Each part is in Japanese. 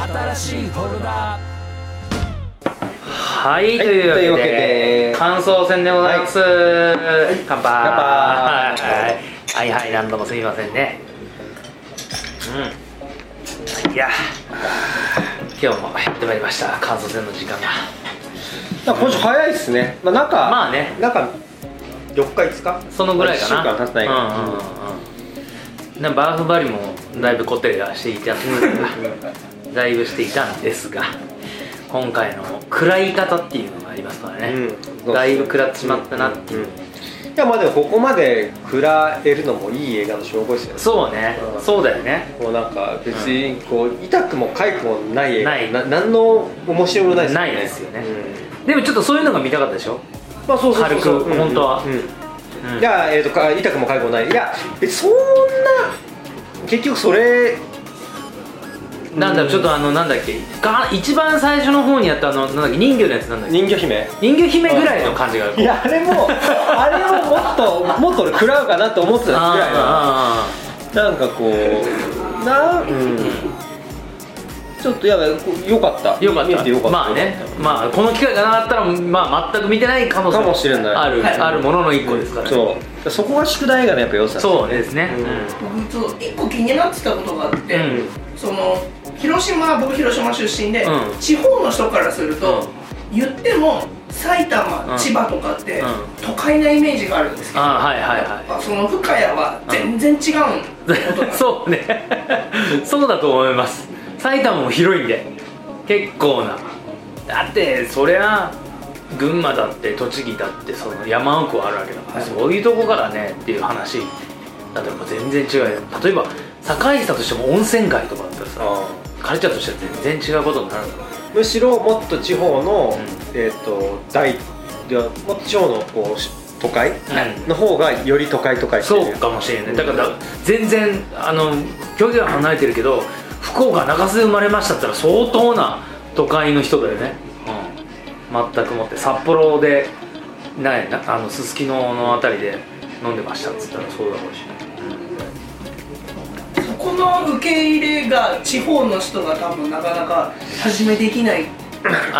新しいフォルダ。 はい、というわけで感想戦でございます。乾杯。はいはい、何度もすみませんね。いや今日もやってまいりました、感想戦の時間が。 今週早いっすね。なんかまあね、 なんか4日5日そのぐらいかな。 1週間経ってないかな。バーフバリもだいぶ固定はしていたんですがだいぶしていたんですが、今回の食らい方っていうのがありますからね、だいぶ食らってしまったなっていう。 いやまあでもここまで食らえるのもいい映画の証拠ですよね。 そうね、そうだよね。 もうなんか別にこう痛くも痒くもない映画、何の面白みもないですよね。 ないですよね。でもちょっとそういうのが見たかったでしょ。 まあそうそうそうそう、 軽く本当は。 いや痛くも痒くもない。いやそんな結局それなんだろう、ちょっとなんだっけ、一番最初の方にやったなんだっけ、人魚のやつ、なんだっけ、 人魚姫ぐらいの感じがある。 いやあれをもっと俺食らうかなと思ってたぐらいなんかこうちょっとよかった見えてよかった。 まあね、まあこの機会がなかったら、まあ全く見てない可能性もしれないあるものの一個ですからね。 そこが宿題映画のやっぱ良さ。 そうですね。 僕一個気になってたことがあって、僕広島出身で、地方の人からすると言っても埼玉、千葉とかって都会なイメージがあるんですけど、その深谷は全然違うことがそうねそうだと思います。埼玉も広いんで結構な。だってそりゃ群馬だって栃木だってその山奥はあるわけだから、そういうとこからねっていう話だと全然違うよ。例えば堺さとしても温泉街とかだったらさ、カルチャーとしては全然違うことになるんだ。 むしろもっと地方のもっと地方のこう都会の方がより都会してる。 そうかもしれない。だから全然距離が離れてるけど、福岡中洲で生まれましたって言ったら相当な都会の人だよね。全くもって札幌ですすきののあたりで飲んでましたっつったらそうだろうし、 そこの受け入れが地方の人が多分なかなか始めできないんじゃないか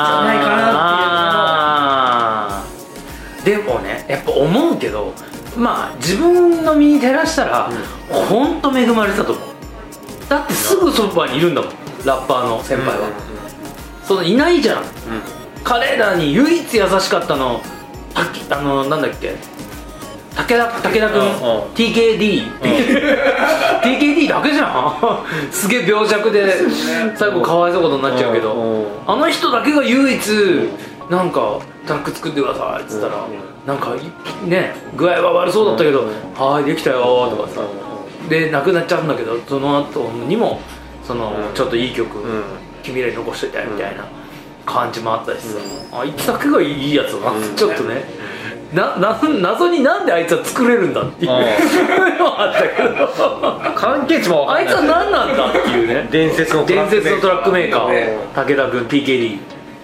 なっていうのも。でもね、やっぱ思うけど、まあ自分の身に照らしたらほんと恵まれたと思う。だってすぐそばにいるんだもん、ラッパーの先輩は。いないじゃん。彼らに唯一優しかったのなんだっけ、武田君、TKD だけじゃんすげえ病弱で最後かわいそうことになっちゃうけど、あの人だけが唯一なんかタック作ってくださいっつったら、なんかね具合は悪そうだったけど「はいできたよ」とかさ、で亡くなっちゃうんだけど、その後にもちょっといい曲君らに残しといたいみたいな感じもあったしさ、あいつだけがいいやつだなってちょっとね、謎になんであいつは作れるんだっていうのはあったけど関係値も分かんない。 あいつは何なんだっていうね伝説のトラックメーカー武田君 TKD、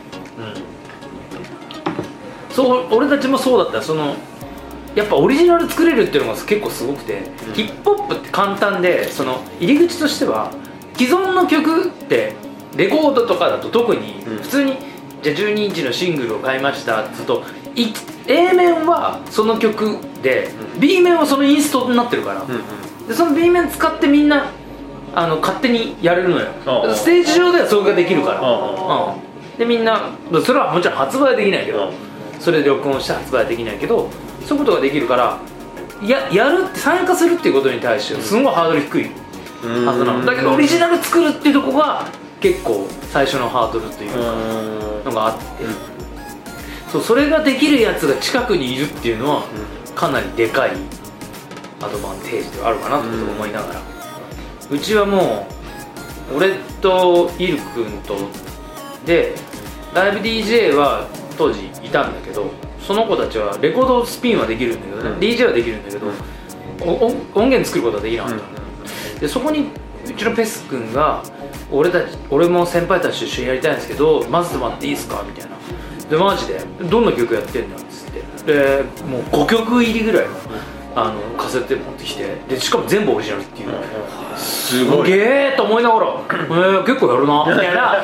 そう俺たちもそうだった。やっぱオリジナル作れるっていうのが結構すごくて、ヒップホップって簡単で、入り口としては既存の曲ってレコードとかだと特に普通にじゃあ12インチのシングルを買いましたって言うと、A 面はその曲で B 面はそのインストになってるから、でその B 面使ってみんな勝手にやれるのよ。ステージ上ではそれができるから、でみんなそれはもちろん発売はできないけど、それで録音して発売はできないけど、そういうことができるから、やるって参加するっていうことに対してすごいハードル低いはずなの。だけどオリジナル作るっていうとこが結構最初のハードルというのがあって、それができるやつが近くにいるっていうのはかなりでかいアドバンテージではあるかなと思いながら、うちはもう俺とイル君とでライブ DJ は当時いたんだけど、その子たちはレコードスピンはできるんだけどね、DJ はできるんだけど音源作ることはできなかった、でそこにうちのペス君が俺も先輩たちと一緒にやりたいんですけど混ぜてもらっていいですかみたいな。でマジでどんな曲やってんだっつって、でもう5曲入りぐらいのカセット持ってきて、でしかも全部オリジナルっていう、 すごいげえと思いながら結構やるなみたいな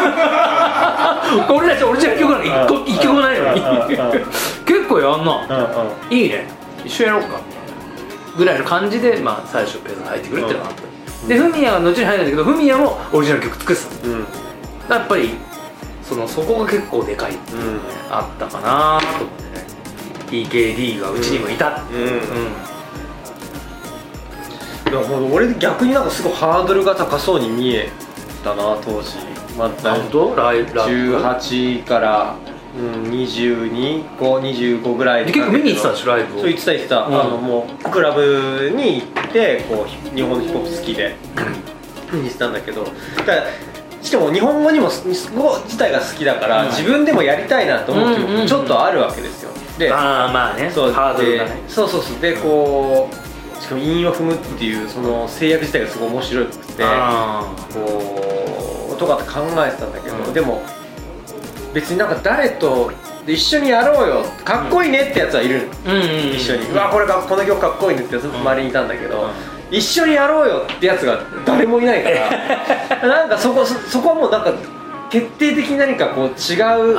俺たちオリジナル曲なんか一曲もないのに結構やんな、いいね一緒やろうかぐらいの感じで、まあ、最初ペースが入ってくるっていうのがあった、でフミヤが後に入るんだけど、フミヤもオリジナル曲作ってた、やっぱりそこが結構でかい、あったかなと思ってね。 TKD がうちにもいた、 いやもう俺逆になんかすごいハードルが高そうに見えたな当時。また18から2225ぐらいで結構見に行ってたでしょライブを。 そう行ってた、もうクラブに行ってこう日本のヒップホップ好きで見に行ってたんだけど、だからしかも日本語にも自体が好きだから、自分でもやりたいなと思う気もちょっとあるわけですよ。でまあね、 そうハードルがね、 そうでこうしかも韻を踏むっていうその制約自体がすごい面白くてこうとかって考えてたんだけど、でも別になんか誰と一緒にやろうよかっこいいねってやつはいる、一緒にうわこの曲かっこいいねってやつ周りにいたんだけど、一緒にやろうよってやつが誰もいないからなんかそこはもうなんか決定的に何かこう違う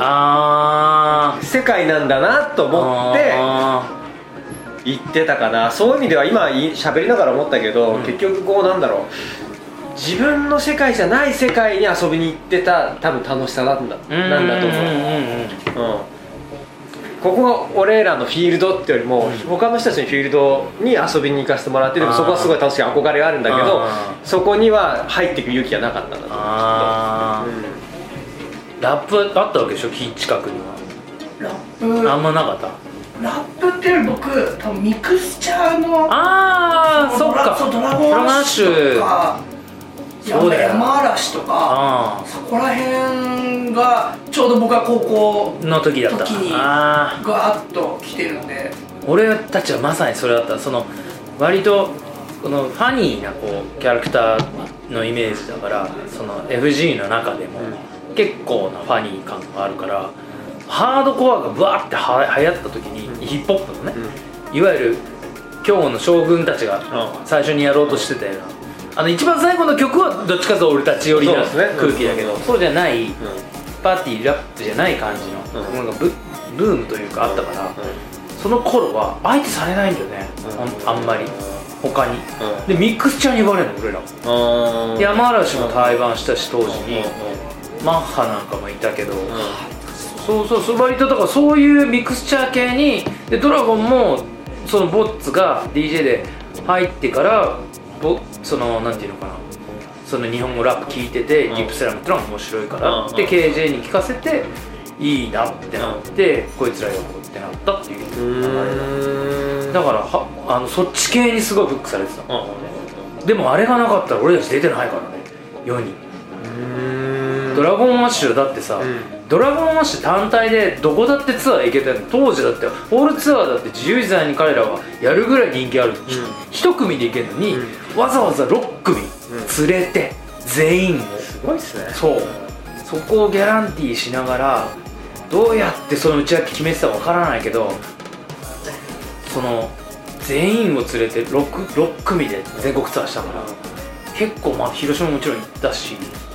世界なんだなと思って言ってたかな。そういう意味では今喋りながら思ったけど、結局こうなんだろう、自分の世界じゃない世界に遊びに行ってた多分楽しさなんだと思う。ここが俺らのフィールドってよりも、他の人たちのフィールドに遊びに行かせてもらって、でもそこはすごい楽しい憧れがあるんだけど、そこには入っていく勇気がなかったんだと思う。 ラップあったわけでしょ、近くには。 ラップあんまなかった。 ラップっていうより僕多分ミクスチャーのそっか、 ドラゴンアッシュとか山嵐とかそこら辺がちょうど僕が高校の時だったにガーッと来てるんで、 俺たちはまさにそれだった。割とこのファニーなこうキャラクターのイメージだから、その FG の中でも結構なファニー感があるから、ハードコアがブワーって流行った時に、ヒップホップのね、いわゆる今日の将軍たちが最初にやろうとしてたような、一番最後の曲はどっちかというと俺たち寄りな空気だけど、そうじゃない、パーティーラップじゃない感じのものがブームというかあったから、その頃は相手されないんだよね、あんまり他に。でミックスチャーに呼ばれるの俺ら。山嵐も対バンしたし当時に、マッハなんかもいたけど、そう割とだからそういうミクスチャー系にで、ドラゴンもそのボッツが DJ で入ってからそのなんていうのかな、その日本語ラップ聞いてて、リップスラムってのが面白いからで KJ に聞かせていいなってなって、こいつら呼ぼうってなったっていう流れだからそっち系にすごいフックされてた。でもあれがなかったら俺たち出てないからね、世に。ドラゴンアッシュだってさ、ドラゴンアッシュ単体でどこだってツアー行けたの。当時だってホールツアーだって自由自在に彼らはやるぐらい人気ある、一組で行けるのに、わざわざ6組連れて全員を、 すごいっすね。 そこをギャランティーしながら、どうやってその内訳決めてたかわからないけど、その全員を連れて 6組で全国ツアーしたから、結構広島ももちろん行ったし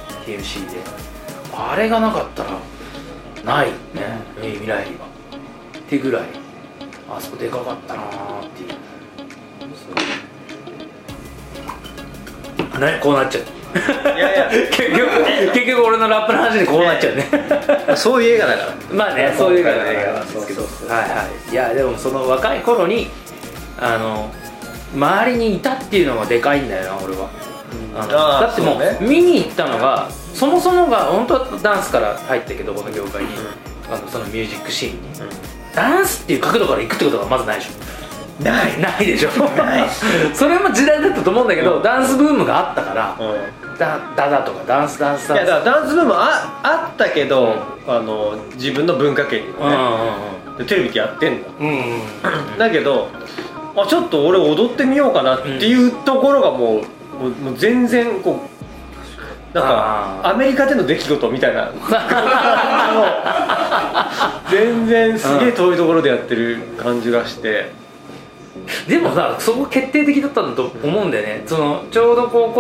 TMC で、あれがなかったらないね、未来にはってぐらいあそこでかかったなーっていうね。こうなっちゃういや結局俺のラップの話でこうなっちゃうねそういう映画だから。 まあね、そういう映画なんですけど、いやでもその若い頃に周りにいたっていうのがでかいんだよな俺は。だってもう見に行ったのがそもそもが本当はダンスから入ったけど、この業界に、そのミュージックシーンに、ダンスっていう角度から行くってことがまずないでしょ。ないでしょそれも時代だったと思うんだけど、ダンスブームがあったから、ダダとかダンスいやだからダンスブームあったけど、自分の文化圏にもね、テレビでやってんだ、だけどちょっと俺踊ってみようかなっていうところがもう全然こうなんかアメリカでの出来事みたいな全然すげえ遠いところでやってる感じがして、 でもさ、そこ決定的だったんだと思うんだよね。ちょうど高校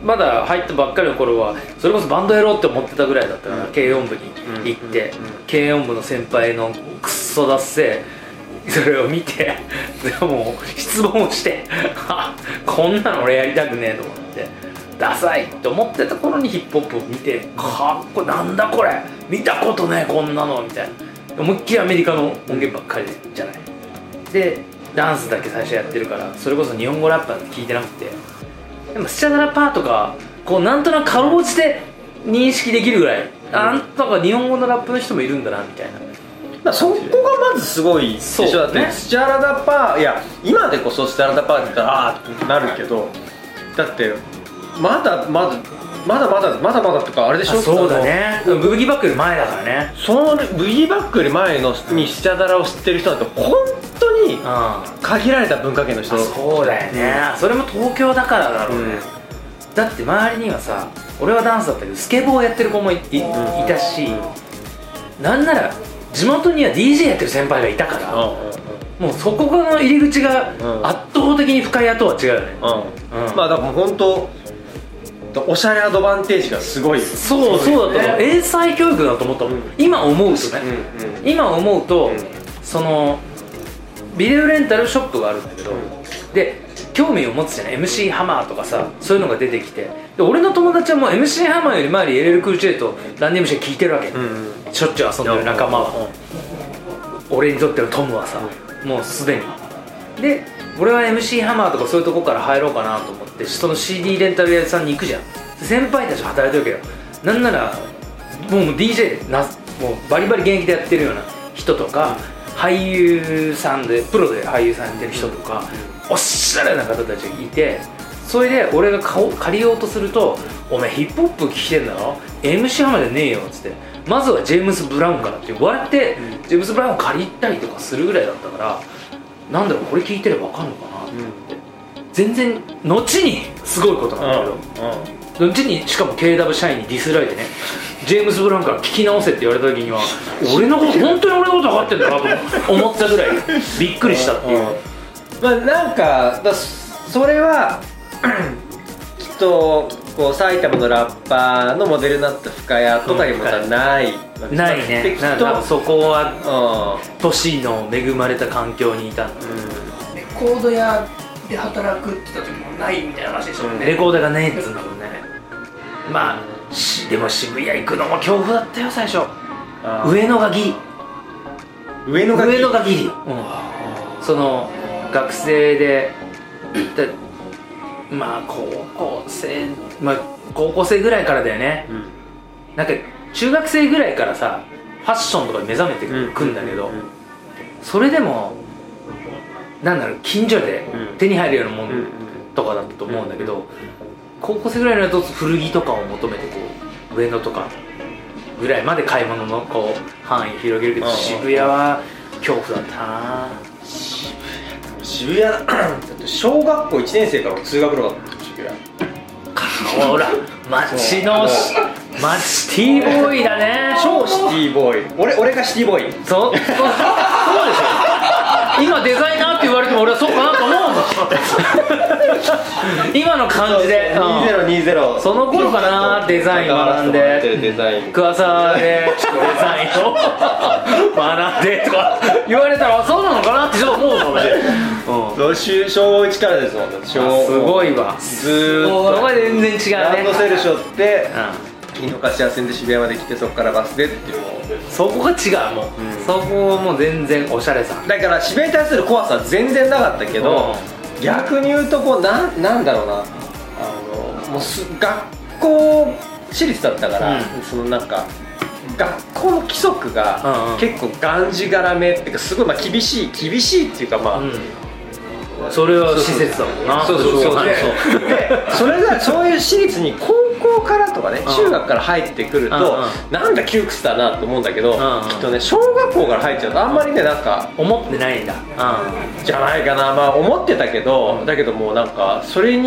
まだ入ったばっかりの頃はそれこそバンドやろうって思ってたぐらいだったから、軽音部に行って、軽音部の先輩のクソだっせそれを見てでも失望してこんなの俺やりたくねえと思ってダサいって思ってた頃にヒップホップを見てかっこいいなんだこれ見たことねえこんなのみたいな思いっきりアメリカの音源ばっかりじゃないでダンスだけ最初やってるからそれこそ日本語ラップなんて聞いてなくてでもスチャダラパーとかこうなんとなくかろうじて認識できるぐらいなんとか日本語のラップの人もいるんだなみたいなそこがまずすごいでしょ、だってスチャラダパーいや今でこそスチャラダパーって言ったらああってなるけどだってまだとかあれでしょそうだねブギーバックより前だからねそのブギーバックより前のにスチャダラを知ってる人なんて本当に限られた文化圏の人、 そうだよね、それも東京だからだろうね、だって周りにはさ俺はダンスだったけどスケボーをやってる子も いたし、なんなら地元には DJ やってる先輩がいたから、もうそこの入り口が圧倒的に深谷とは違うよね、 まあだから本当おしゃれアドバンテージがすごいそうだと思う、英才教育だと思ったもん、今思うとね、今思うとそのビデオレンタルショップがあるんだけど、で興味を持つじゃない MC ハマーとかさそういうのが出てきてで俺の友達はもう MC ハマーより前に LL クール J とランディ MC 聞いてるわけ、しょっちゅう遊んでる仲間は、俺にとってのトムはさ、もうすでにで俺は MC ハマーとかそういうとこから入ろうかなと思ってその CD レンタル屋さんに行くじゃん先輩たち働いてるわけよなんならもう DJ もうバリバリ現役でやってるような人とか俳優さんでプロで俳優さんやってる人とかおしゃれな方たちがいてそれで俺が借りようとするとお前ヒップホップ聴きてんだろ MC ハマーじゃねえよっつってまずはジェームス・ブラウンからって言われて、ジェームス・ブラウンを借りたりとかするぐらいだったからなんだろうこれ聞いてれば分かんのかなって、全然後にすごいことなんだけど、後にしかも KW 社員にディスられてねジェームス・ブラウンから聞き直せって言われた時には俺のこと本当に俺のこと分かってんだなと思ったぐらいびっくりしたっていう、 まあなんかそれはきっとこう埼玉のラッパーのモデルになった深谷とかにもないないね、きっとそこは都市の恵まれた環境にいたんだ、 レコード屋で働くって言った時もないみたいな話でしょうね、 レコードがねえっつうんだもんねまあでも渋谷行くのも恐怖だったよ最初上野がギリ上野がギリ、その学生でまあ高校生ぐらいからだよね、なんか中学生ぐらいからさファッションとかに目覚めてくんだけど、それでもなんだろう近所で手に入るようなものとかだったと思うんだけど、高校生ぐらいになると古着とかを求めてこう上野とかぐらいまで買い物のこう範囲広げるけど、渋谷は恐怖だったな。 渋谷だって小学校1年生から通学路だった渋谷ほら街のシティボーイだね。 超シティボーイ。俺がシティボーイ。 そうでしょ。今デザイナーって言われても俺はそうかなと思うもん今の感じで 2020 その頃かな、デザイン学んで桑沢でデザインを学んでとか言われたらそうなのかなってちょっと思うかもしれない、 小1からですもんね。 すごいわ。 ずーっとそこは全然違うね。 ランドセル背負って井の頭線で渋谷まで来て、そこからバスでっていうのをそこが違うもう、そこはもう全然おしゃれさ。 だから渋谷に対する怖さは全然なかったけど、逆に言うとこうなんだろうな、もう学校私立だったから、そのなんか学校の規則が結構がんじがらめっていうか、すごい厳しいっていうかそれは施設だもんな。 そうでそれがそういう私立に高校からとかね、中学から入ってくるとなんだ窮屈だなと思うんだけど、きっとね小学校から入っちゃうとあんまりねなんか思ってないんだじゃないかな。まあ思ってたけど、だけどもうなんかそれを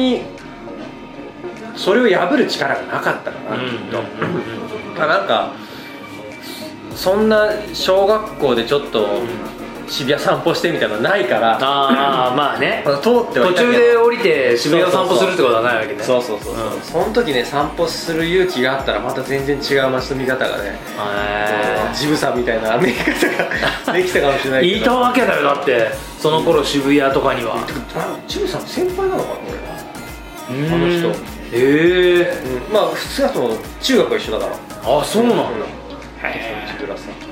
破る力がなかったかな、きっと。なんかそんな小学校でちょっと渋谷散歩してみたいなのないから、 ああまあね、 通ってはい途中で降りて渋谷を散歩するってことはないわけね。 そうそうそう、その時ね散歩する勇気があったらまた全然違う街の見方がね、ジブさんみたいな見方ができたかもしれないけどいたわけだよ、だってその頃渋谷とかには。 ジブさん先輩なのかな俺、あの人。まあ普通だと中学は一緒だから。 あ、そうなんだ。 ジブラさん。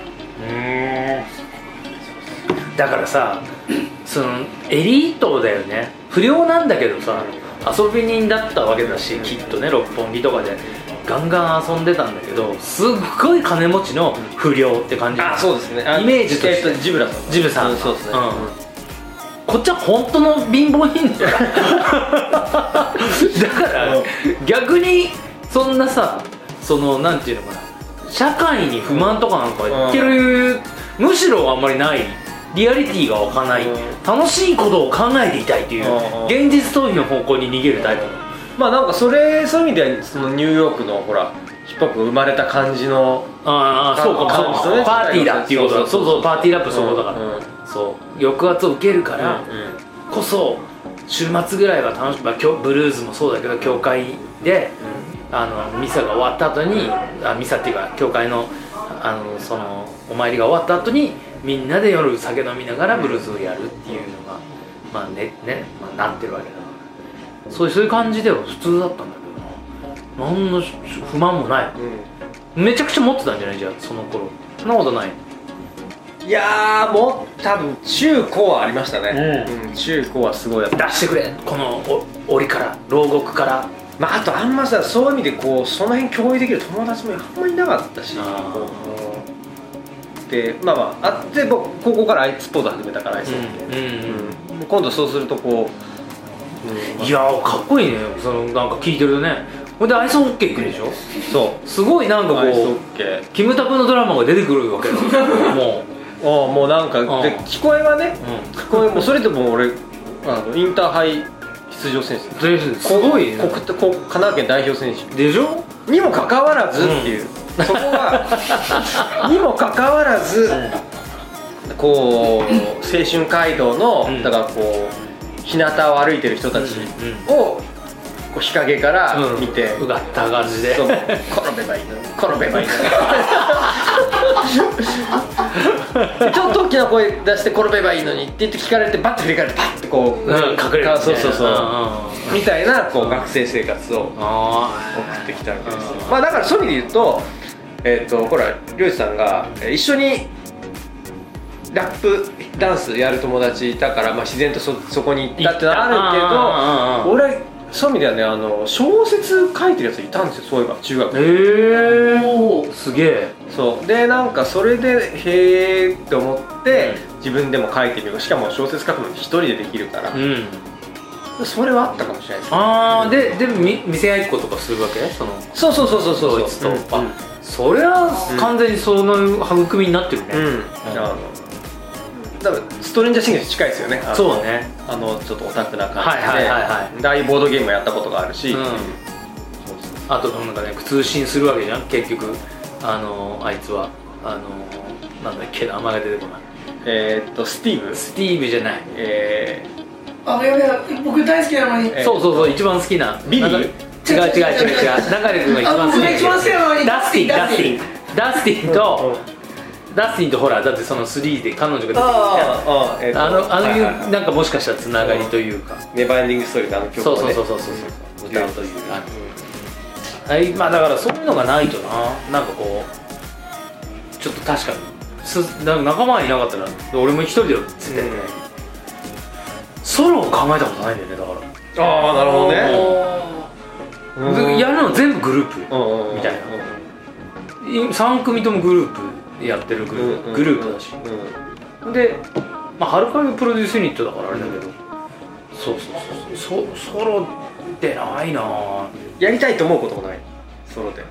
だからさ、そのエリートだよね。不良なんだけどさ、遊び人だったわけだし、きっとね、六本木とかでガンガン遊んでたんだけど、すっごい金持ちの不良って感じ。 あ、そうですね。 イメージとしてジブラさん。 ジブさん、 そうですね。 こっちは本当の貧乏人だよ。だから逆にそんなさ、そのなんていうのかな、社会に不満とかなんか言ってる、むしろあんまりない、リアリティが湧かない、楽しいことを考えていたいという現実逃避の方向に逃げるタイプ。 まあなんかそういう意味ではそのニューヨークのほらヒップホップ生まれた感じの、 ああそうかもそうか、パーティーだっていうことだ。そうそう、パーティーラップそういうことだから、そう抑圧を受けるからこそ週末ぐらいは楽しく、ブルーズもそうだけど教会でミサが終わった後に、ミサっていうか教会のそのお参りが終わった後にみんなで夜酒飲みながらブルーズをやるっていうのがまあね、まあ、なってるわけだから、そういう感じでは普通だったんだけどな、何の不満もない、めちゃくちゃ持ってたんじゃない、じゃあその頃。そんなことない？ いやーもう多分中高はありましたね、中高はすごいやった。 出してくれ、この檻から牢獄から。 まああとあんまさ、そういう意味でこうその辺共有できる友達もあんまりいなかったし、でまああって僕高校からアイスポーツ始めたから、アイスホッケー、今度そうするとこう、 いやーかっこいいね、そのなんか聞いてるとね。ほんでアイスホッケー行くでしょ。 そうすごいなんかこうキムタクのドラマが出てくるわけよ。 もうなんかで聞こえはね、聞こえもそれでも俺インターハイ出場選手すごいね、 神奈川県代表選手でしょにもかかわらずっていう、そこはにもかかわらずこう青春街道の、だからこう日向を歩いてる人たちをこう日陰から見て、 うがった感じで転べばいいのに転べばいいのにちょっと大きな声出して転べばいいのにって言って聞かれてバッて振り返ってパッてこう、 隠れる、 そうみたいなこう学生生活を送ってきたわけですよ。まあだからそういう意味で言うとほらりょうじさんが一緒にラップダンスやる友達いたから、まあ、自然とそこに行ったってのはあるけど、俺そういう意味ではね、小説書いてるやついたんですよ、そういえば中学で。すげえ。 そうでなんかそれでへえって思って、自分でも書いてみよう。しかも小説書くのって一人でできるから、それはあったかもしれないですね。 ああ、で見せ合いっことかするわけ？そうそれは完全にその育みになってるね。 多分ストレンジャーシングス近いですよね。 そうね、 ちょっとオタクな感じで大ボードゲームもやったことがあるし、 あとなんかね通信するわけじゃん結局。あいつはなんだっけ、名前が出てこない。 スティーブじゃない。 僕大好きなのに。 そう一番好きなビリー。 違う中根君が一番好きなダスティンとほらだってその3で彼女が出てきたなんかもしかしたらつながりというか、 ネバーエンディングストーリーの曲をねそう歌うという、まあだからそういうのがないとなんかこうちょっと確かに仲間がいなかったら俺も一人で絶対ソロを考えたことないんだよね。だからなるほどね。 やるの全部グループみたいな、3組ともグループやってるグループだし、でまあはるかみプロデュースユニットだからあれだけど、ソロってないな。 やりたいと思うこともない、ソロで。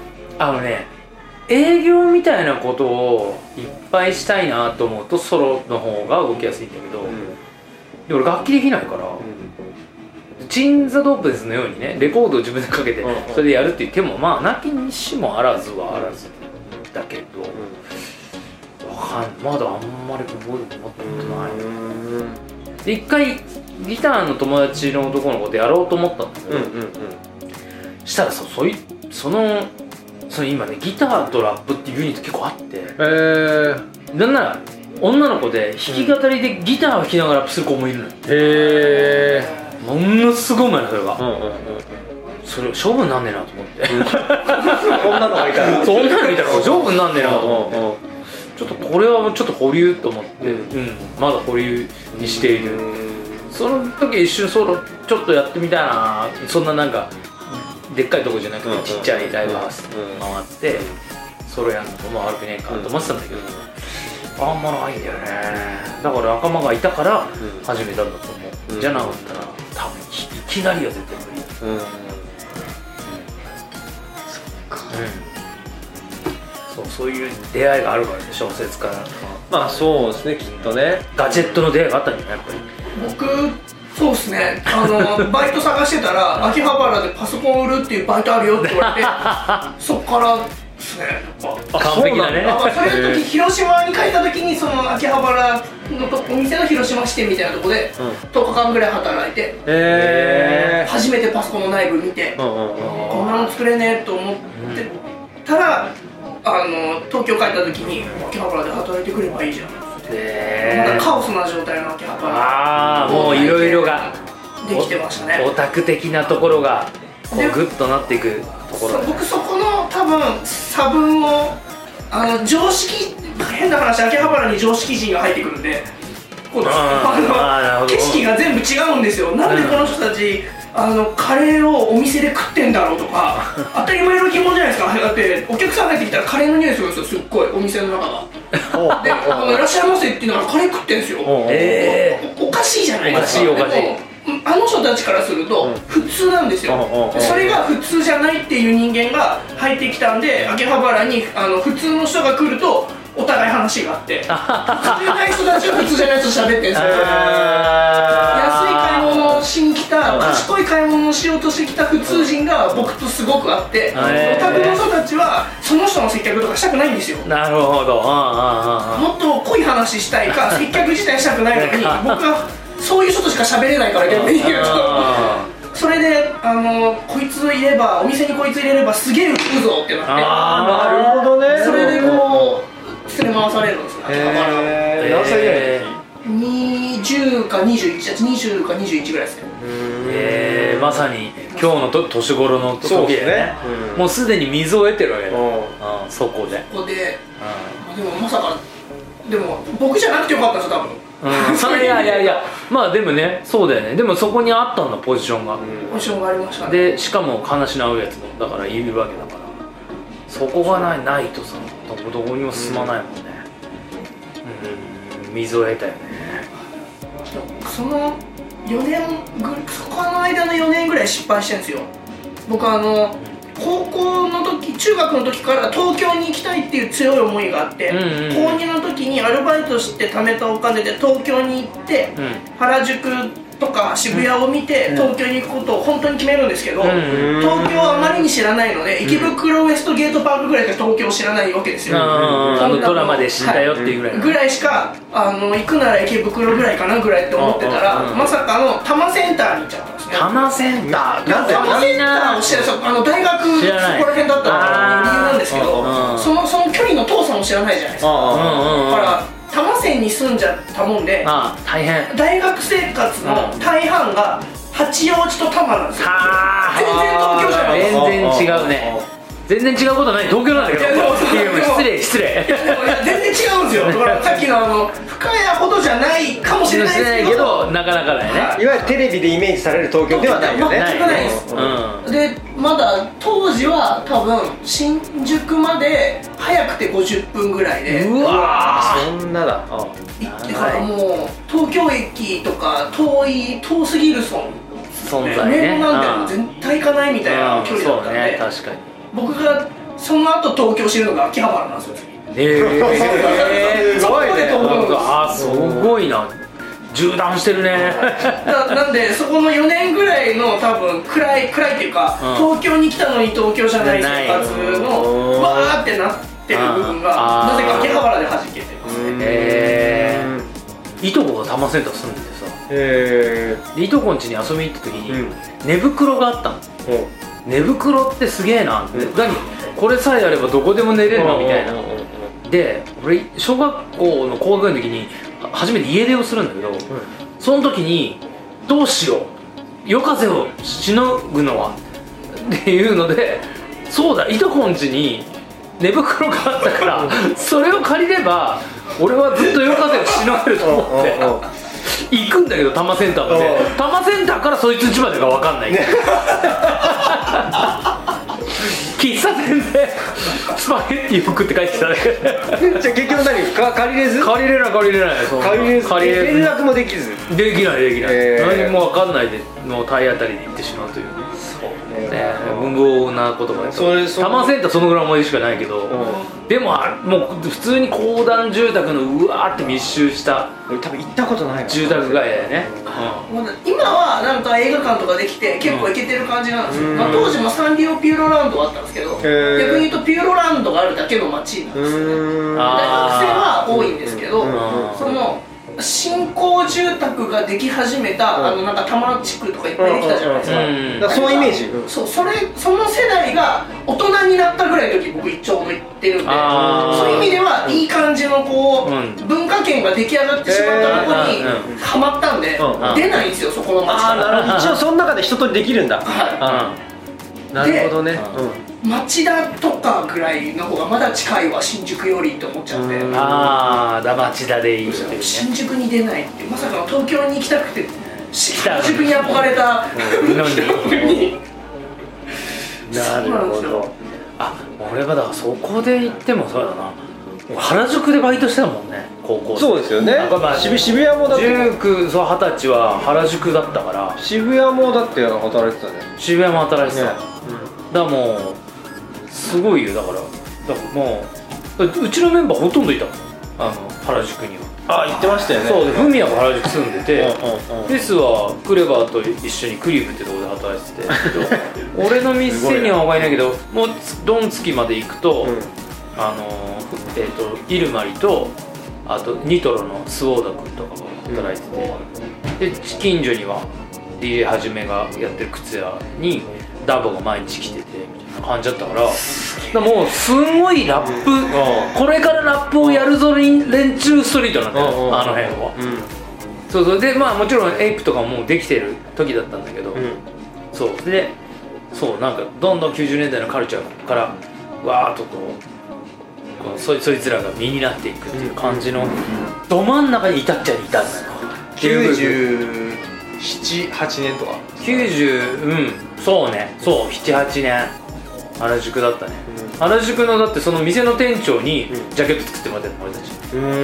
営業みたいなことをいっぱいしたいなと思うとソロの方が動きやすいんだけど、で俺楽器できないから、チン・ザ・ドープデスのようにねレコードを自分でかけてそれでやるって言ってもまあなきにしもあらずはあらずだけど、分まだあんまり覚えて持ったことないで、一回ギターの友達の男の子でやろうと思ったんだけど、したらさ、その今ね、ギターとラップっていうユニット結構あって、なんなら女の子で弾き語りでギターを弾きながらラップする子もいるのよ。ものすごいうまいな、それが。それ勝負になんねえなと思って女の子いたらそう、女の子いたら勝負になんねえなと思ってちょっとこれはちょっと保留と思って、まだ保留にしている。その時一瞬ソロちょっとやってみたいな、そんななんかでっかいとこじゃなくてちっちゃいライブハウス回ってソロやるのも悪くねえかと思ってたんだけど、あんまないんだよね。だから仲間がいたから始めたんだと思う。じゃなかったら多分いきなりは絶対無理。そういう出会いがあるからね、小説から。 まあそうですね、きっとね。 ガジェットの出会いがあったんじゃない、やっぱり。 僕そうですね、バイト探してたら秋葉原でパソコン売るっていうバイトあるよって言われてそっからですね。 完璧だね。 それの時広島に帰った時にその秋葉原のお店の広島支店みたいなとこで10日間ぐらい働いて、初めてパソコンの内部見て、こんなの作れねえと思ってたら、東京帰った時に秋葉原で働いてくればいいじゃん。まだカオスな状態の秋葉原。 もういろいろができてましたね。 オタク的なところがこうグッとなっていくところ。 僕そこの多分差分を常識、変な話、秋葉原に常識人が入ってくるんで、この景色が全部違うんですよ。なんでこの人たちカレーをお店で食ってんだろうとか当たり前の疑問じゃないですか。だってお客さん入ってきたらカレーの匂いするんですよ、すっごいお店の中がで、いらっしゃいませって言いながらカレー食ってんですよ。おかしいじゃないですか。 おかしい。 あの人たちからすると普通なんですよ。それが普通じゃないっていう人間が入ってきたんで、秋葉原に普通の人が来るとお互い話があって普通じゃない人たちは普通じゃない人と喋ってるんですよ。安い買い物をしに来た、賢い買い物をしようとしてきた普通人が僕とすごくあって、オタクの人たちはその人の接客とかしたくないんですよ。 なるほど。 もっと濃い話したいか接客自体したくないのに僕はそういう人としか喋れないから逆に言うとそれでこいついれば、お店にこいつ入れればすげえ売るぞってなって、 なるほどね。 それでこう連れ回されるんですよ。 何歳ぐらい 20か21、20か21ぐらいですね。 まさに今日の年頃の時でね、もうすでに水を得てるわけだ。そこででもまさか、でも僕じゃなくてよかったんですよ、多分。いやまあでもね、そうだよね。でもそこにあったんだ、ポジションが。 ポジションがありましたね。 でしかも話の合うやつもだからいるわけだから、そこがないとさ、どこにも進まないもんね。水を得たよね。 その4年そこの間の4年ぐらい失敗してるんですよ。僕高校の時、中学の時から東京に行きたいっていう強い思いがあって、高2の時にアルバイトして貯めたお金で東京に行って、原宿とか渋谷を見て東京に行くことを本当に決めるんですけど、東京はあまりに知らないので、池袋ウエストゲートパークぐらいしか東京を知らないわけですよ。 ドラマで知ったよっていうぐらいしか行くなら池袋ぐらいかなぐらいって思ってたら、まさかの多摩センターに行っちゃったんですね。 多摩センター、 多摩センターを知らない、大学そこら辺だった理由なんですけど、その距離の遠さも知らないじゃないですか。だから多摩線に住んじゃったもんで、 大変。 大学生活の大半が八王子と多摩なんですよ。全然東京じゃない。 全然違うね。全然違うことない、東京なんだけど。失礼。 いや全然違うんですよ。だからさっきの深谷ほどじゃないかもしれないですけど、 なかなかだよね。 いわゆるテレビでイメージされる東京ではないよね。 全くないです。でまだ当時は多分新宿まで早くて50分ぐらいで、 うわそんなだ。 だからもう東京駅とか遠すぎる存在ね。上野なんて絶対行かないみたいな距離だったんで、 確かに僕がその後東京知るのが秋葉原なんですよ。 すごいね。すごいな、縦断してるね。 なんでそこの4年ぐらいの多分暗いっていうか、東京に来たのに東京じゃない生活のわーってなってる部分がなぜか秋葉原で弾けてます。 いとこが多摩センター住んでてさ、でいとこん家に遊びに行った時に、寝袋があったの。寝袋ってすげえなって、何これさえあればどこでも寝れるのみたいな。で俺小学校の高学年の時に初めて家出をするんだけど、その時にどうしよう、夜風をしのぐのはっていうので、そうだ、いとこん家に寝袋があったからそれを借りれば俺はずっと夜風をしのげると思って行くんだけど、多摩センターまで。多摩センターからそいつ家までが分かんない、喫茶店でスパゲッティを食って帰ってきただけじゃあ結局何借りれず？ 借りれない借りれず連絡もできず？ できない、何も分かんないでもう体当たりで行ってしまうというね。無謀なことが多摩センターそのぐらい思い出しかないけど、でももう普通に公団住宅のうわーって密集した俺多分行ったことない住宅街だよね。 今はなんか映画館とかできて結構行けてる感じなんですよ。当時もサンリオピューロランドはあったんですけど、逆に言うとピューロランドがあるだけの街なんですよ。大学生は多いんですけど、その新興住宅ができ始めたなんか多摩地区とかいっぱいできたじゃないですか。 そのイメージ。 その世代が大人になったぐらいの時僕ちょうど行ってるんで、そういう意味ではいい感じのこう文化圏が出来上がってしまったところにハマったんで出ないんですよ、そこの街から。 一応その中で一通りできるんだ。なるほどね。 町田とかぐらいの方がまだ近いわ、新宿よりと思っちゃって。 町田でいいっていうね。 新宿に出ないって、まさかの東京に行きたくて新宿に憧れたのに。 なるほど。 俺はだからそこで行ってもそうだな、原宿でバイトしてたもんね、高校生。 そうですよね。渋谷もだって 19、そう20歳は原宿だったから。 渋谷もだって働いてたね。 渋谷も働いてた、だからもうすごいよ。だからもううちのメンバーほとんどいたもん、原宿には。 言ってましたよね。 そうで、フミヤが原宿住んでて、フェスはクレバーと一緒にクリブってところで働いてて俺の店には他いないけど、もうドンツキまで行くと、イルマリとあとニトロのスウォーダ君とかが働いてて、で近所には DJ はじめがやってる靴屋にダボが毎日来ててみたいな感じだったから、もうすごいラップ、これからラップをやるぞ連中ストリートなんだよ、あの辺は。そうで、もちろんエイプとかもできてる時だったんだけど、そうで、そうなんかどんどん90年代のカルチャーからわーっとこうそいつらが身になっていくっていう感じのど真ん中にいたっちゃいたんだよ。 97、8年とか 90、そうね、そう 7、8年原宿だったね。原宿のだってその店の店長にジャケット作ってもらってるの俺たち。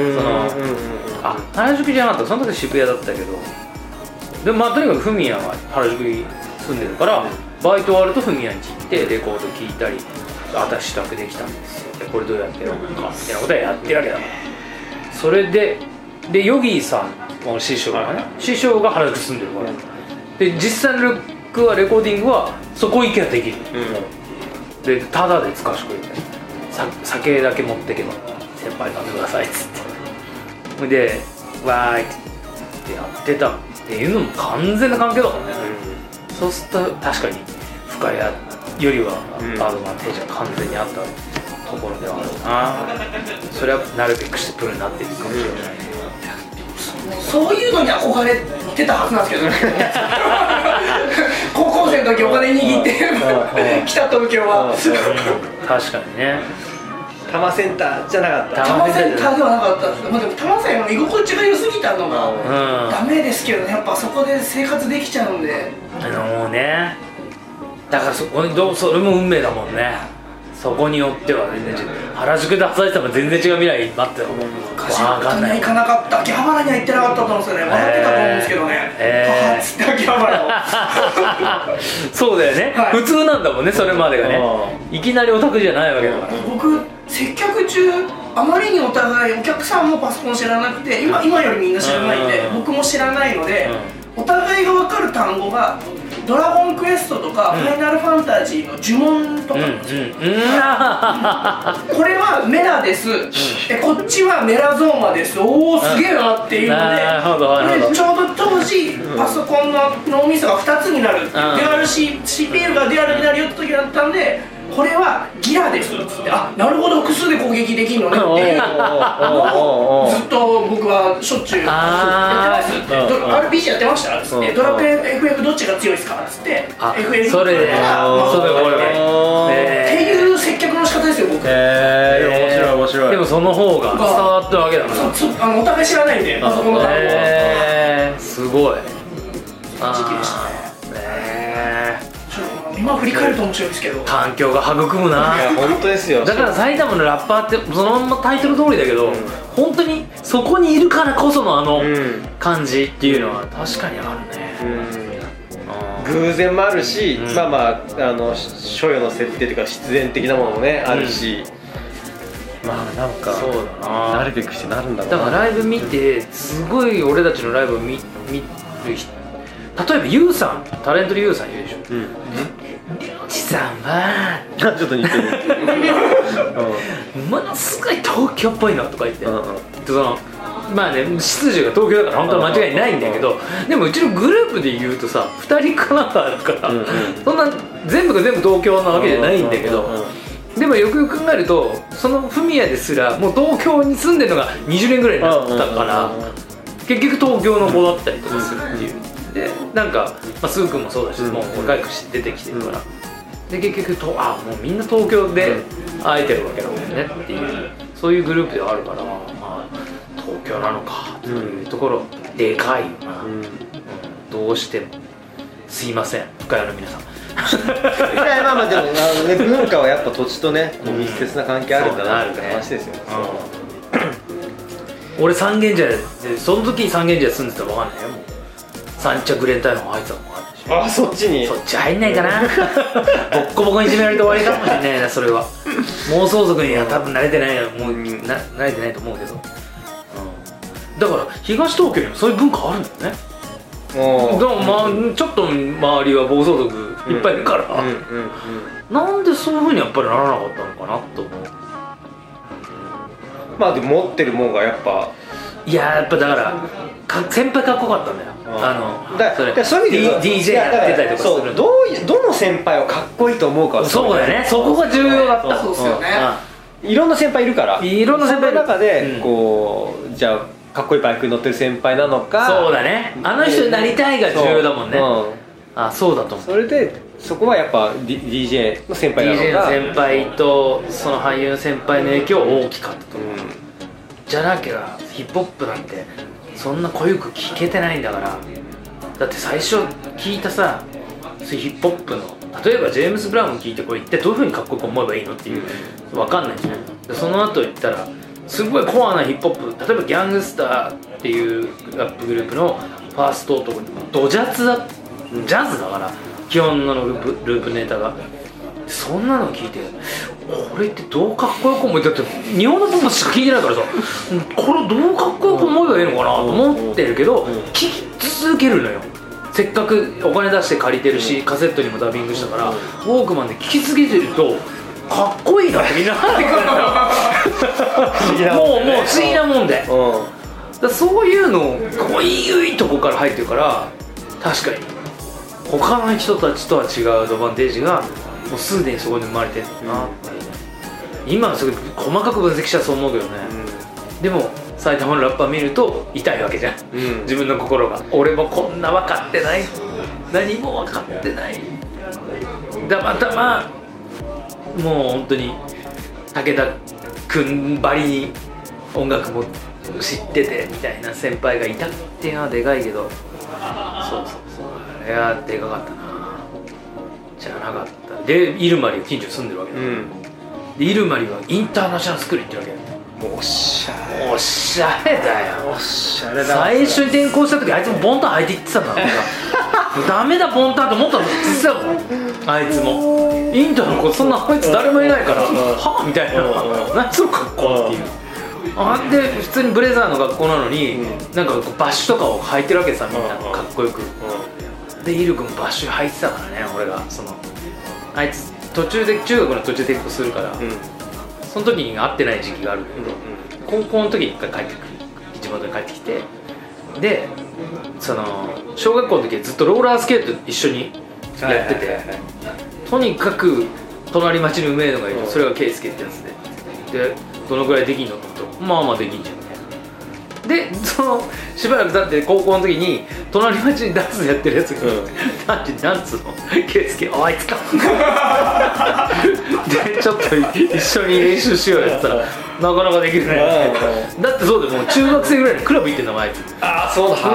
原宿じゃなかった、その時渋谷だったけど、でもとにかくフミヤが原宿に住んでるから、バイト終わるとフミヤに行ってレコード聴いたり、私支度できたんですよ、これどうやってやろうかみたいなことはやってるわけだから。それでヨギーさん、師匠がね、師匠が原宿住んでるから、で実際のレコーディングはそこ行けばできる、でタダで使わしてくれて、酒だけ持ってけば先輩飲んでくださいっつって、でわーいってやってたっていうのも完全な関係だからね、そうすると確かに深谷よりはアドバンテージが完全にあったところではあるな。それはなるべくしてプロになっていくかもしれない。 そういうのに憧れてたはずなんですけどね高校生の時お金握って来た東京は確かにね。 多摩センターじゃなかった。 多摩センターではなかったんですけど、でも多摩センターの居心地が良すぎたのがダメですけどね、やっぱそこで生活できちゃうんで。 もうね、だからそこにそれも運命だもんね。そこによっては全然違う。原宿で働いてたら全然違う未来待ってたもん。 昔は大人行かなかった。秋葉原には行ってなかったと思うんですよね。笑ってたと思うんですけどね。はっつって秋葉原をそうだよね、普通なんだもんね、それまでがね。いきなりオタクじゃないわけだから。 僕接客中あまりにお互いお客さんもパソコン知らなくて、今よりみんな知らないんで僕も知らないので、お互いが分かる単語がドラゴンクエストとか、ファイナルファンタジーの呪文とかなんですよ、これはメラです、こっちはメラゾーマです、おおすげえなっていうので、ちょうど当時パソコンの脳みそが2つになるっていう、デュアル CPU がデュアルになるよって時だったんで、これはギラですっつって、あ、なるほど複数で攻撃できるのねっていうのをずっと僕はしょっちゅうやってますって、RPG やってましたっつって、ドラクエ FF どっちが強いですかっつって、FF それでっていう接客の仕方ですよ僕。 面白い面白い。 でもその方が伝わったわけだから、 お互い知らないんで、パソコンの単語すごい時期でしたね。今振り返ると面白いですけど、 環境が育むな。 いや本当ですよ。 だから埼玉のラッパーってそのまんまタイトル通りだけど、本当にそこにいるからこそのあの感じっていうのは確かにあるね。 偶然もあるし、まあまあ所与の設定というか必然的なものもねあるし、まあなんかそうだな、 慣れていくしてなるんだろうな。 だからライブ見てすごい俺たちのライブを見る人、例えばユウさん、タレントでユウさんいるでしょ。リュウジさんはちょっと似てるものすごい東京っぽいのとか言って、そのまあね、出自が東京だから本当は間違いないんだけど、でもうちのグループで言うとさ、2人神奈川だから、そんな全部が全部東京なわけじゃないんだけど、でもよくよく考えると、そのフミヤですらもう東京に住んでるのが20年ぐらいになったから、結局東京の子だったりとかするっていう。でなんか、スー君もそうだし、もう若い子出てきてるから、で結局もうみんな東京で会えてるわけだもんねっていう、そういうグループではあるから、まあ東京なのかというところでかいよな、どうしてもすいません深谷の皆さん。 いやまあまあでもね、文化はやっぱ土地とね密接な関係あるんだなって話ですよね。 俺三軒茶屋で、その時に三軒茶屋住んでたら分かんないよ。もう三着連帯の方入ってたのもあるでしょ。 あ、そっちにそっち入んないかな。ボッコボコにいじめられて終わりかもしれないな、それは。妄想族には多分慣れてないよ、もう慣れてないと思うけど、だから東東京にもそういう文化あるんだよね。でもちょっと周りは暴走族いっぱいいるから、なんでそういう風にやっぱりならなかったのかなと思う。まあでも持ってるもんがやっぱ、 やっぱだから先輩かっこよかったんだよ。 そういう意味で DJ やってたりとかする。 どの先輩をかっこいいと思うか。 そうだよね、そこが重要だった。 そうですよね。 いろんな先輩いるから、 いろんな先輩の中でこうじゃあかっこいいバイクに乗ってる先輩なのか。 そうだね、あの人になりたいが重要だもんね。そうだと思う。 それでそこはやっぱ DJ の先輩なのか、 DJ の先輩とその俳優の先輩の影響大きかったと思う。じゃなきゃヒップホップなんてそんな濃ゆく聴けてないんだから。だって最初聞いたさ、そういうヒップホップの例えばジェームス・ブラウン聞いてこれ一体どういう風にかっこよく思えばいいのっていう分かんないじゃない。でその後言ったらすごいコアなヒップホップ、例えばギャングスターっていうラップグループのファーストとかドジャズだ、ジャズだから基本のループネタが、そんなの聞いてこれってどうかっこよく思え、だって日本のポップしか聞いてないからさ、これどうかっこよく思えばいいのかなと思ってるけど、聞き続けるのよ。せっかくお金出して借りてるし、カセットにもダビングしたから、ウォークマンで聞き続けてるとかっこいいなってみんななってくるのよ。もう不思議なもんで、だそういうのこういいとこから入ってるから、確かに他の人たちとは違うアドバンテージがもうすでにそこに生まれてるなって、今はすごい細かく分析したらそう思うけどね、でも埼玉のラッパー見ると痛いわけじゃん、自分の心が。俺もこんな分かってない、何も分かってない、たまたまもう本当に武田君ばりに音楽も知っててみたいな先輩がいたっていうのはでかいけど、そうあれはでかかったな。じゃなかったで、イルマリが近所に住んでるわけだ、でイルマリはインターナショナルスクール行ってるわけだよ。 おしゃれ、 おしゃれだよ。 おしゃれだ。 最初に転校した時あいつもボンタン履いて行ってたんだからダメだボンタンと思ったのって言ってたもん、あいつも。インターの子そんなあいつ誰もいないからはぁみたいな、何その格好っていう。で普通にブレザーの学校なのに、なんかバッシュとかを履いてるわけさ、みんなかっこよく。 でイル君バッシュ入ってたからね。俺があいつ途中で中学の途中で転校するから、その時に会ってない時期があるんだけど、高校の時に一回帰ってくる、地元に帰ってきて、で小学校の時はずっとローラースケート一緒にやってて、とにかく隣町にうめえのがいる、それが圭介ってやつで、どのくらいできんのって言うと、まあまあできんじゃんみたいな。でしばらく経って高校の時に隣町にダンスやってるやつがなんつうの、圭介、あいつかでちょっと一緒に練習しようやったらなかなかできるねだってそうでもう中学生ぐらいでクラブ行ってんのあいつ。 ああそうだ、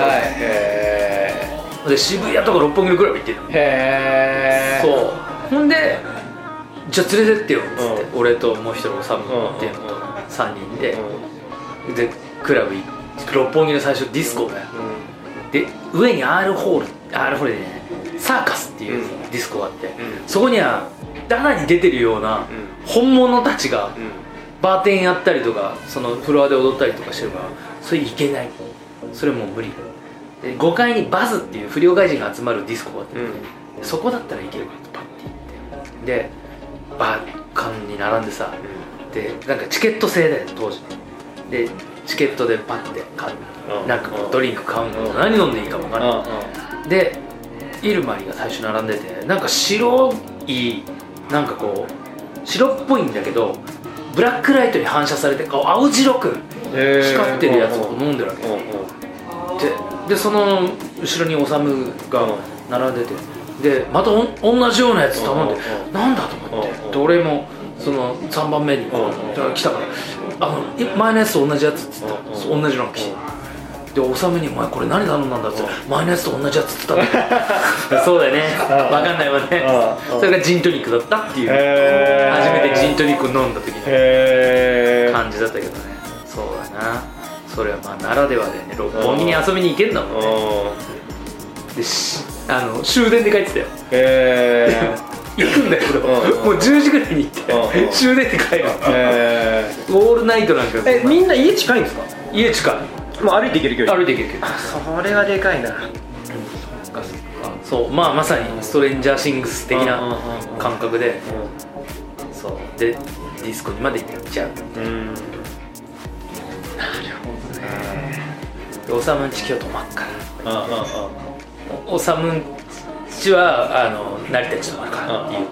で渋谷とか六本木のクラブ行ってんの。 へえ。 そうほんでじゃあ連れてってよっつって、俺ともう一人おさむっていうのと3人で、でクラブ六本木の最初ディスコだよ、で上に R ホールでね、サーカスっていうディスコがあって、そこにはダナに出てるような本物たちがバーテンやったりとか、そのフロアで踊ったりとかしてるから、それいけない、それもう無理で、5階にバズっていう不良外人が集まるディスコがあって、そこだったらいけるからとパッて行って、でバーカンに並んでさ、でなんかチケット制だよ当時ね。でチケットでパッて買う、なんかドリンク買うの、何飲んでいいか分からない、でイルマリが最初並んでて、なんか白い、なんかこう白っぽいんだけどブラックライトに反射されて青白く光ってるやつを飲んでるわけで、その後ろにオサムが並んでて、でまた同じようなやつ頼んで、なんだと思って、で俺もその3番目に来たから、前のやつと同じやつっつった、同じのが来て、でおさむに「お前これ何頼んだんだ」っつって「前のやつと同じやつっつったんだよ」そうだよね、分かんないわね。それがジントニックだったっていう、初めてジントニックを飲んだ時の感じだったけどね。そうだな、それはまあならではでね、六本木に遊びに行けんだもんね。で終電で帰ってたよ。行くんだよ俺は、もう10時ぐらいに行って終電で帰る。オールナイトなんか。 みんな家近いんですか？ 家近い、 もう歩いて行ける距離。 歩いて行ける距離。 それはでかいな。 そう、まあまさにストレンジャーシングス的な感覚で、そうでディスコにまで行っちゃう。なるほどね。でオサムんち今日泊まっから、オサムんちは成田ち泊まるからって言って、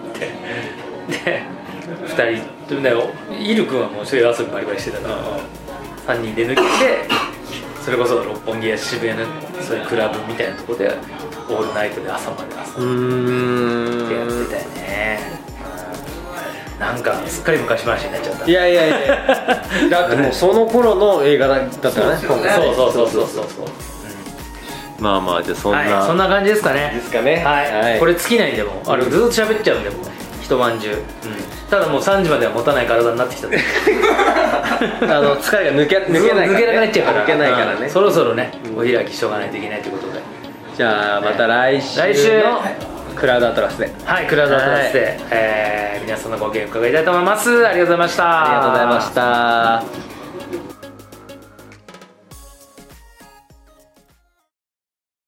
で2人でイル君はもうそういう遊びバリバリしてたから3人で抜けて、それこそ六本木や渋谷のそういうクラブみたいなところでオールナイトで朝まで遊んでってやってたよね。なんかすっかり昔話になっちゃった。 いやだってもうその頃の映画だったからね。 そうまあまあ、じゃあそんな感じですかね。はい、これ尽きないんで、もずっと喋っちゃうんで、もう一晩中。ただもう3時までは持たない体になってきたんで疲れが抜けなくなっちゃうから、 抜けないからね。 そろそろねお開きしとかないといけないということで、 じゃあまた来週のクラウドアトラスで、 はい、クラウドアトラスで皆さんのご意見伺いたいと思います。ありがとうございました。 ありがとうございました。